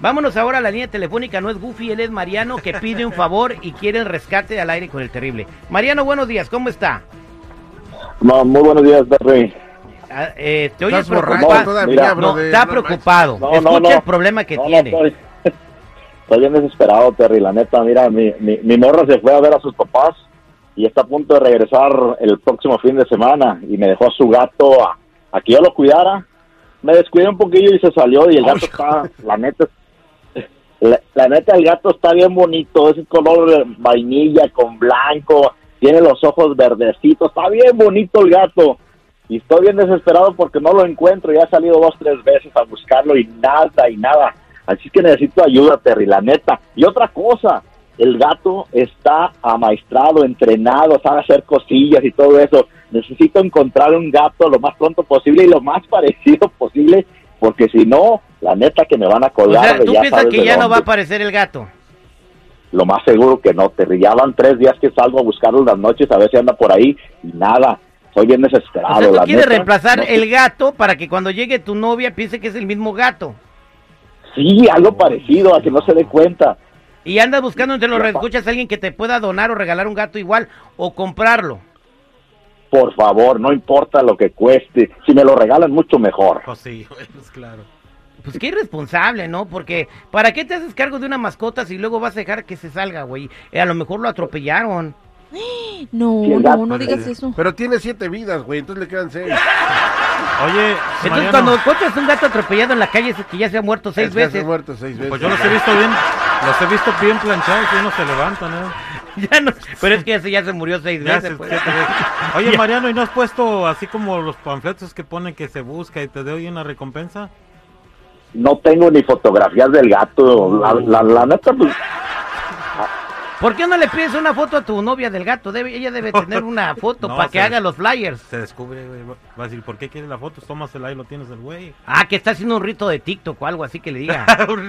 Vámonos ahora a la línea telefónica, no es Goofy, él es Mariano, que pide un favor y quiere el rescate al aire con el terrible. Mariano, buenos días, ¿cómo está? No, muy buenos días, Terry. Te oyes preocupado. Todavía, no, está preocupado. No, Escucha el problema que tiene. Estoy bien desesperado, Terry, la neta. Mira, mi morra se fue a ver a sus papás y está a punto de regresar el próximo fin de semana y me dejó a su gato a que yo lo cuidara. Me descuidé un poquillo y se salió y el gato está, la neta el gato está bien bonito, es el color de vainilla con blanco, tiene los ojos verdecitos, está bien bonito el gato. Y estoy bien desesperado porque no lo encuentro, ya he salido 2 o 3 veces a buscarlo y nada. Así que necesito ayuda, Terry, la neta. Y otra cosa, el gato está amaestrado, entrenado, sabe hacer cosillas y todo eso. Necesito encontrar un gato lo más pronto posible y lo más parecido posible, porque si no, la neta que me van a colgar. O sea, ¿tú piensas que ya no va a aparecer el gato? Lo más seguro que no, Terry. Ya van 3 días que salgo a buscarlo en las noches a ver si anda por ahí y nada. Estoy bien desesperado. O sea, ¿tú quieres reemplazar el gato para que cuando llegue tu novia piense que es el mismo gato? Sí, algo parecido, a que no se dé cuenta. Y andas buscando entre los reescuchas a alguien que te pueda donar o regalar un gato igual o comprarlo. Por favor, no importa lo que cueste. Si me lo regalan, mucho mejor. Pues sí, es claro. Pues qué irresponsable, ¿no? Porque ¿para qué te haces cargo de una mascota si luego vas a dejar que se salga, güey? A lo mejor lo atropellaron. No digas eso. Pero tiene 7 vidas, güey, entonces le quedan 6. Oye, entonces Mariano, cuando encuentras un gato atropellado en la calle es que ya se ha muerto 6 veces. Se ha muerto 6 veces. pues yo los he visto bien planchados, ya no se levantan, Ya no, pero es que ese ya se murió 6 veces. Pues. 7 veces. Oye, Mariano, ¿y no has puesto así como los panfletos que ponen que se busca y te doy una recompensa? No tengo ni fotografías del gato. La neta, pues... ¿Por qué no le pides una foto a tu novia del gato? Ella debe tener una foto No, para que haga los flyers. Se descubre, güey. Va a decir, ¿por qué quieres la foto? Tómasela y lo tienes el güey. Ah, que está haciendo un rito de TikTok o algo así que le diga.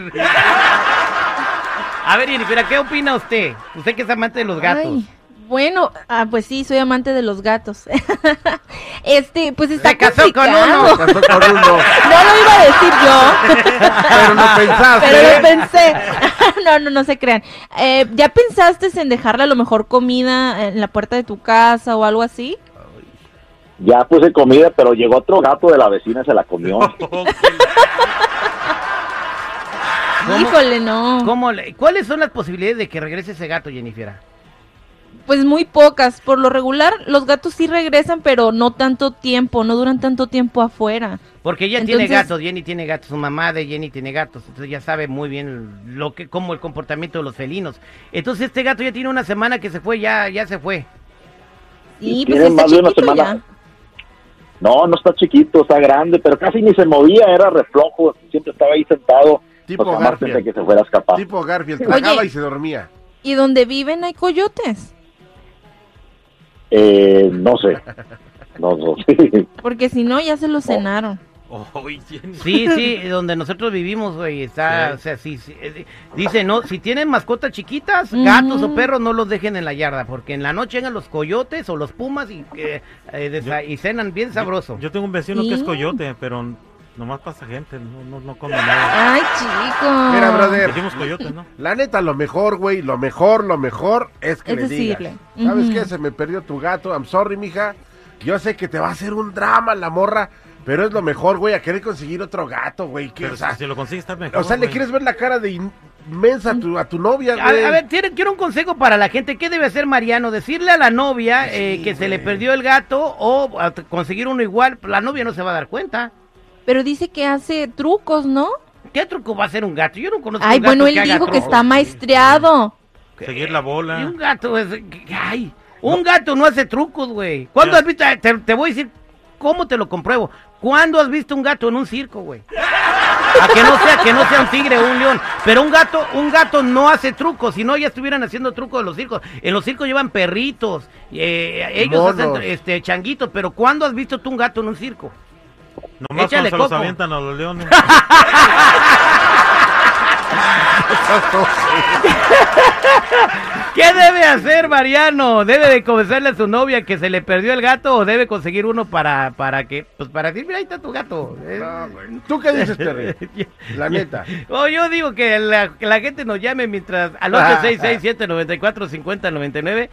A ver, Jennifer, ¿qué opina usted? Usted que es amante de los gatos. Ay, bueno, pues sí, soy amante de los gatos. Pues está Se casó con complicado. uno. Casó con uno. No lo iba a decir yo. Pero lo pensaste. Pero lo pensé. No se crean. ¿Ya pensaste en dejarle a lo mejor comida en la puerta de tu casa o algo así? Ya puse comida, pero llegó otro gato de la vecina y se la comió. Híjole, no. ¿Cuáles son las posibilidades de que regrese ese gato, Jennifer? Pues muy pocas. Por lo regular, los gatos sí regresan, pero no tanto tiempo, no duran tanto tiempo afuera. Porque ella Entonces, tiene gatos, Jenny tiene gatos, su mamá de Jenny tiene gatos, entonces ya sabe muy bien cómo el comportamiento de los felinos. Entonces este gato ya tiene una semana que se fue, ya se fue. Sí, Tiene pues está más de una chiquito semana. ya. No está chiquito, está grande, pero casi ni se movía, era reflojo, siempre estaba ahí sentado. Tipo Pues jamás Garfield. pensé que se fuera a escapar. Tipo Garfield, Oye. tragaba y se dormía. ¿Y donde viven hay coyotes? No sé. No sé. Porque si no, ya se los cenaron. Oye, Jenny. Sí, donde nosotros vivimos, güey, está, Sí. o sea, sí, dice, no, si tienen mascotas chiquitas, gatos o perros, no los dejen en la yarda, porque en la noche llegan los coyotes o los pumas y y cenan bien sabroso. Yo tengo un vecino que es Sí. coyote, pero nomás pasa gente, no come nada. Ay, chico. Mira, brother. Dijimos coyote, ¿no? La neta, lo mejor, güey, lo mejor es que Es le decirle. digas. ¿Sabes Ujú. qué? Se me perdió tu gato. I'm sorry, mija. Yo sé que te va a hacer un drama la morra, pero es lo mejor, güey, a querer conseguir otro gato, güey. Pero O sea, si lo consigues está mejor, le güey. quieres ver la cara de inmensa a tu novia, güey. A ver, quiero un consejo para la gente. ¿Qué debe hacer Mariano? ¿Decirle a la novia que se le perdió el gato o conseguir uno igual? La novia no se va a dar cuenta. Pero dice que hace trucos, ¿no? ¿Qué truco va a hacer un gato? Yo no conozco Ay, un gato bueno, él que haga dijo que trucos. está maestreado. Seguir la Y bola. un gato un gato no hace trucos, güey. ¿Cuándo has visto? Te voy a decir cómo te lo compruebo. ¿Cuándo has visto un gato en un circo, güey? A que no sea un tigre o un león. Pero un gato no hace trucos. Si no, ya estuvieran haciendo trucos en los circos. En los circos llevan perritos. Ellos Monos. hacen changuitos. Pero ¿cuándo has visto tú un gato en un circo? Nomás Échale cuando se los coco. avientan a los leones. ¿Qué debe hacer Mariano? ¿Debe de confesarle a su novia que se le perdió el gato o debe conseguir uno para que, pues para decir, mira, ahí está tu gato? No, güey. ¿Tú qué dices, Terry? La neta. Oh, yo digo que la gente nos llame mientras al 866-794-5099,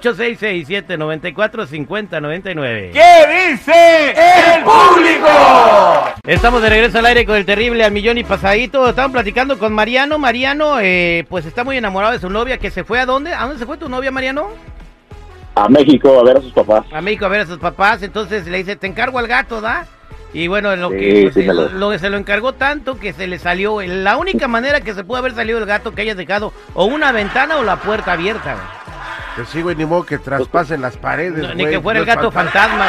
866-794-5099. ¿Qué dice el público? Estamos de regreso al aire con el terrible al millón y pasadito. Estaban platicando con Mariano. Mariano, pues está muy enamorado de su novia, que se fue ¿a dónde? ¿A dónde se fue tu novia, Mariano? A México a ver a sus papás. A México a ver a sus papás. Entonces le dice, te encargo al gato, ¿da? Y bueno, Sí, sí, se lo encargó tanto que se le salió. La única manera que se pudo haber salido el gato, que hayas dejado o una ventana o la puerta abierta, güey. Pues sí, güey, ni modo que traspasen las paredes, No, ni güey, que fuera el no es gato fantasma,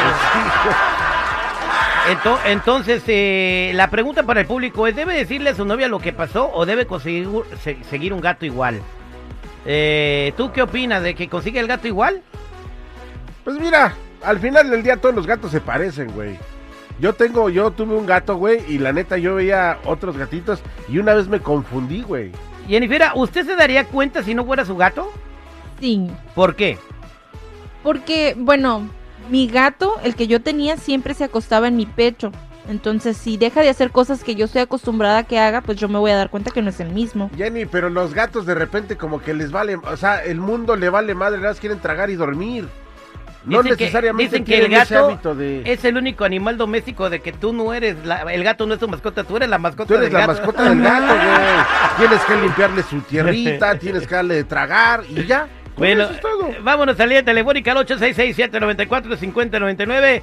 güey. Entonces, la pregunta para el público es, ¿debe decirle a su novia lo que pasó o debe conseguir seguir un gato igual? ¿Tú qué opinas? ¿De que consigue el gato igual? Pues mira, al final del día todos los gatos se parecen, güey. Yo tuve un gato, güey, y la neta yo veía otros gatitos y una vez me confundí, güey. Jennifer, ¿usted se daría cuenta si no fuera su gato? Sí, ¿Por qué? porque, bueno, mi gato, el que yo tenía, siempre se acostaba en mi pecho. Entonces, si deja de hacer cosas que yo estoy acostumbrada a que haga, pues yo me voy a dar cuenta que no es el mismo. Jenny, pero los gatos de repente como que les vale, o sea, el mundo le vale madre, nada más quieren tragar y dormir. No necesariamente dicen que el tienen ese gato hábito de... es el único animal doméstico de que tú no eres, el gato no es tu mascota, tú eres la mascota Tú eres del la gato. mascota del gato, güey. Tienes que limpiarle su tierrita, tienes que darle de tragar y ya. Bueno, Eso es todo. vámonos a la línea telefónica al 866-794-5099,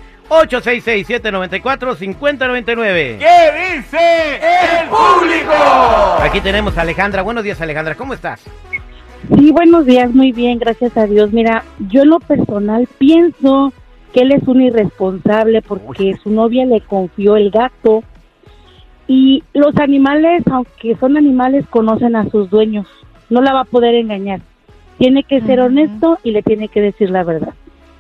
866-794-5099. ¿Qué dice el público? Aquí tenemos a Alejandra. Buenos días, Alejandra, ¿cómo estás? Sí, buenos días, muy bien, gracias a Dios. Mira, yo en lo personal pienso que él es un irresponsable porque su novia le confió el gato y los animales, aunque son animales, conocen a sus dueños. No la va a poder engañar. Tiene que ser honesto y le tiene que decir la verdad.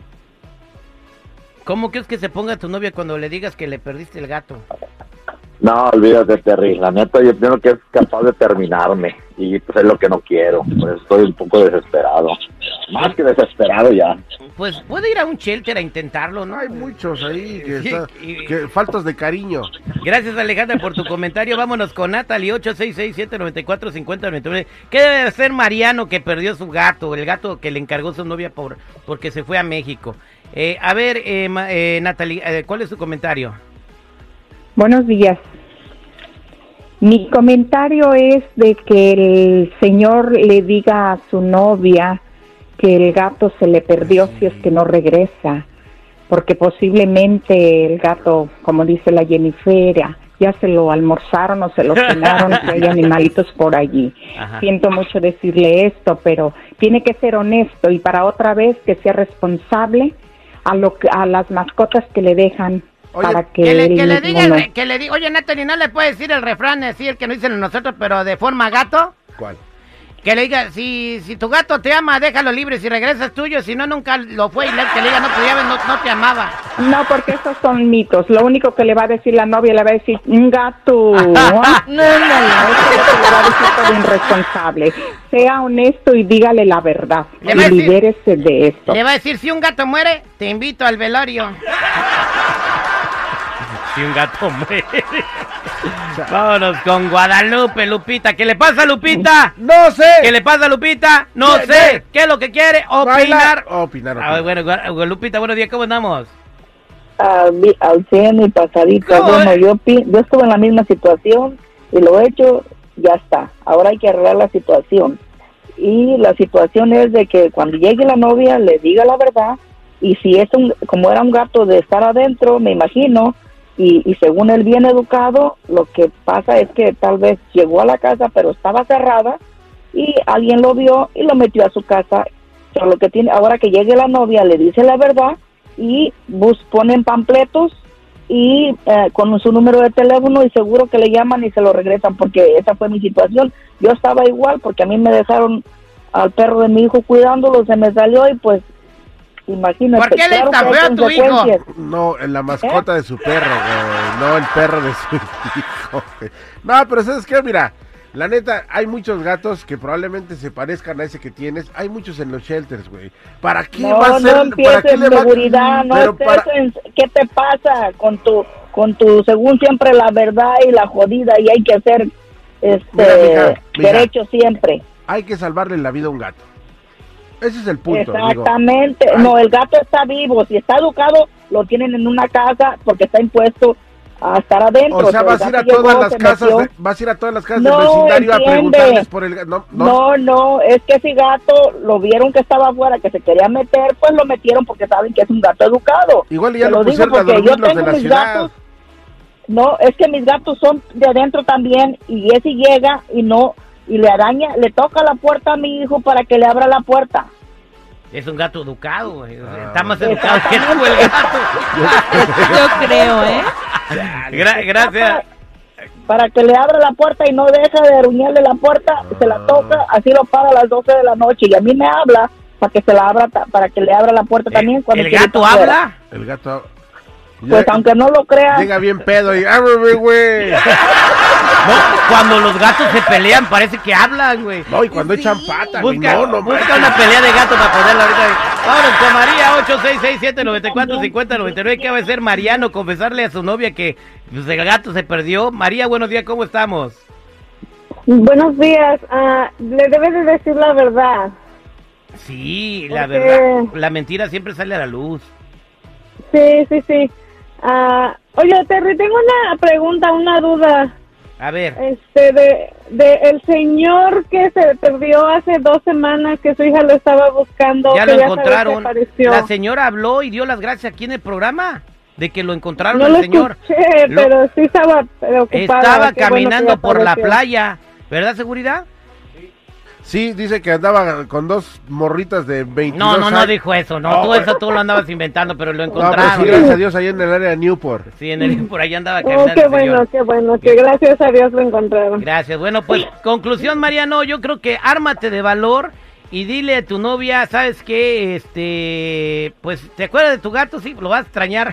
¿Cómo crees que se ponga tu novia cuando le digas que le perdiste el gato? No, olvídate, Terry. La neta, yo pienso que es capaz de terminarme. Y pues es lo que no quiero. Pues estoy un poco desesperado. Más que desesperado ya. Pues puede ir a un shelter a intentarlo, ¿no? Hay muchos ahí que, Sí, faltos de cariño. Gracias, Alejandra, por tu comentario. Vámonos con Natalie, 866-794-5099. ¿Qué debe hacer Mariano que perdió su gato? El gato que le encargó su novia porque se fue a México. A ver, Natalie, ¿cuál es tu comentario? Buenos días. Mi comentario es de que el señor le diga a su novia que el gato se le perdió si es que no regresa, porque posiblemente el gato, como dice la Jennifer, ya se lo almorzaron o se lo cenaron, que hay animalitos por allí. Ajá. Siento mucho decirle esto, pero tiene que ser honesto y para otra vez que sea responsable a las mascotas que le dejan. Oye, para que, Que le él diga, mismo no. que le diga, oye, Natalie, ¿no le puede decir el refrán así, el que nos dicen nosotros, pero de forma gato? ¿Cuál? Que le diga, si tu gato te ama, déjalo libre, si regresas tuyo, si no, nunca lo fue, y que le diga, no te amaba. No, porque esos son mitos. Lo único que le va a decir la novia, le va a decir, un gato. No, Eso es lo que le va a decir todo irresponsable. Sea honesto y dígale la verdad. Le va a Y decir- libérese de esto. Le va a decir, si un gato muere, te invito al velorio. Si un gato muere. Vámonos con Guadalupe, Lupita. ¿Qué le pasa, Lupita? ¡No sé! ¿Qué le pasa, Lupita? No ¿Qué? sé. ¿Qué es lo que quiere? Opinar. Opinar. Ah, bueno, Lupita, buenos días, ¿cómo andamos? Al 100 y pasadito. ¿Cómo, Bueno, yo estuve en la misma situación y lo he hecho, ya está. Ahora hay que arreglar la situación. Y la situación es de que cuando llegue la novia le diga la verdad y si es como era un gato de estar adentro, me imagino, y según él bien educado, lo que pasa es que tal vez llegó a la casa pero estaba cerrada y alguien lo vio y lo metió a su casa. Pero lo que tiene, ahora que llegue la novia le dice la verdad y ponen panfletos y con su número de teléfono y seguro que le llaman y se lo regresan, porque esa fue mi situación. Yo estaba igual porque a mí me dejaron al perro de mi hijo cuidándolo, se me salió y pues imagínate. ¿Por qué le claro que hay estafeó a tu hijo? consecuencias. No, la mascota de su perro, güey. No el perro de su hijo. Güey. No, pero ¿sabes qué? Mira, La neta, hay muchos gatos que probablemente se parezcan a ese que tienes. Hay muchos en los shelters, güey. ¿Para qué No, va a ser? no empieces ¿Para qué le va seguridad, no pero estés para- ¿qué te pasa con tu, según siempre la verdad y la jodida y hay que hacer, mija. derecho siempre? Hay que salvarle la vida a un gato. Ese es el punto, digo. Exactamente, Ay. no, el gato está vivo, si está educado, lo tienen en una casa porque está impuesto a estar adentro. O sea, pero vas el a ir a gato todas llegó, las se casas, metió. vas a ir a todas las casas No, del vecindario a entiende. preguntarles por el gato. No, es que ese gato lo vieron que estaba afuera, que se quería meter, pues lo metieron porque saben que es un gato educado. Igual ya Te lo digo pusieron a porque dormir yo los de tengo la mis ciudad. gatos. No, es que mis gatos son de adentro también y ese llega y no, y le araña, le toca la puerta a mi hijo para que le abra la puerta. Es un gato educado, güey. Ah, Está más educado que tú, el gato. Yo creo, ¿eh? Gracias. Para que le abra la puerta y no deja de aruñarle la puerta, se la toca, así lo para a las 12 de la noche y a mí me habla para que se la abra, para que le abra la puerta también cuando ¿El quiere gato estar afuera. habla? El gato... Pues aunque no lo creas, Llega bien pedo y... ¡ábreme, güey! No, cuando los gatos se pelean parece que hablan, güey. No, y cuando echan pata, güey. Busca, No, busca manches. una pelea de gato para ponerla ahorita. Vámonos con María, 8667-945099. ¿Qué va a hacer Mariano? Confesarle a su novia que pues, el gato se perdió. María, buenos días, ¿cómo estamos? Buenos días. Le debes de decir la verdad. Sí, la Porque- verdad. La mentira siempre sale a la luz. Sí. Oye, Terry, tengo una pregunta, una duda. A ver, De el señor que se perdió hace 2 semanas, que su hija lo estaba buscando. ya que lo sabe que encontraron. apareció. La señora habló y dio las gracias aquí en el programa de que lo encontraron No al lo señor. escuché, Lo- pero sí estaba preocupada. Estaba Qué bueno que caminando ya por la apareció. playa, ¿verdad, seguridad? Sí, dice que andaba con 2 morritas de 22 No años. dijo eso, no, No, todo güey. eso tú lo andabas inventando, pero lo No, pero encontraron. sí, gracias a Dios, ahí en el área de Newport. Sí, por ahí andaba Oh, caminando qué el señor. bueno, que gracias a Dios lo encontraron. Gracias, bueno, pues, conclusión, Mariano, yo creo que ármate de valor y dile a tu novia, ¿sabes qué? Pues, ¿te acuerdas de tu gato? Sí, lo vas a extrañar.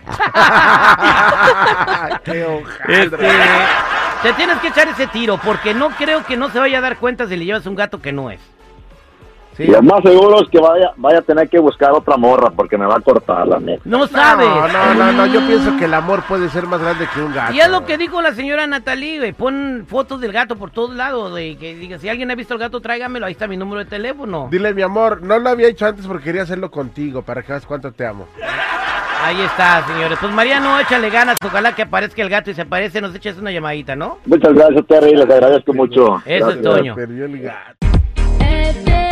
¡Qué hojaldra! Te tienes que echar ese tiro, porque no creo que no se vaya a dar cuenta si le llevas un gato que no es. Sí. Lo más seguro es que vaya a tener que buscar otra morra porque me va a cortar la neta. No sabes. No, yo pienso que el amor puede ser más grande que un gato. Y es lo que dijo la señora Natalie, güey. Pon fotos del gato por todos lados, güey. Que diga, si alguien ha visto el gato, tráigamelo. Ahí está mi número de teléfono. Dile, mi amor, no lo había hecho antes porque quería hacerlo contigo, para que veas cuánto te amo. Ahí está, señores. Pues Mariano, échale ganas. Ojalá que aparezca el gato y se aparece. Nos eches una llamadita, ¿no? Muchas gracias, Terry, les agradezco mucho. Eso es Gracias. Toño. Perdió el gato.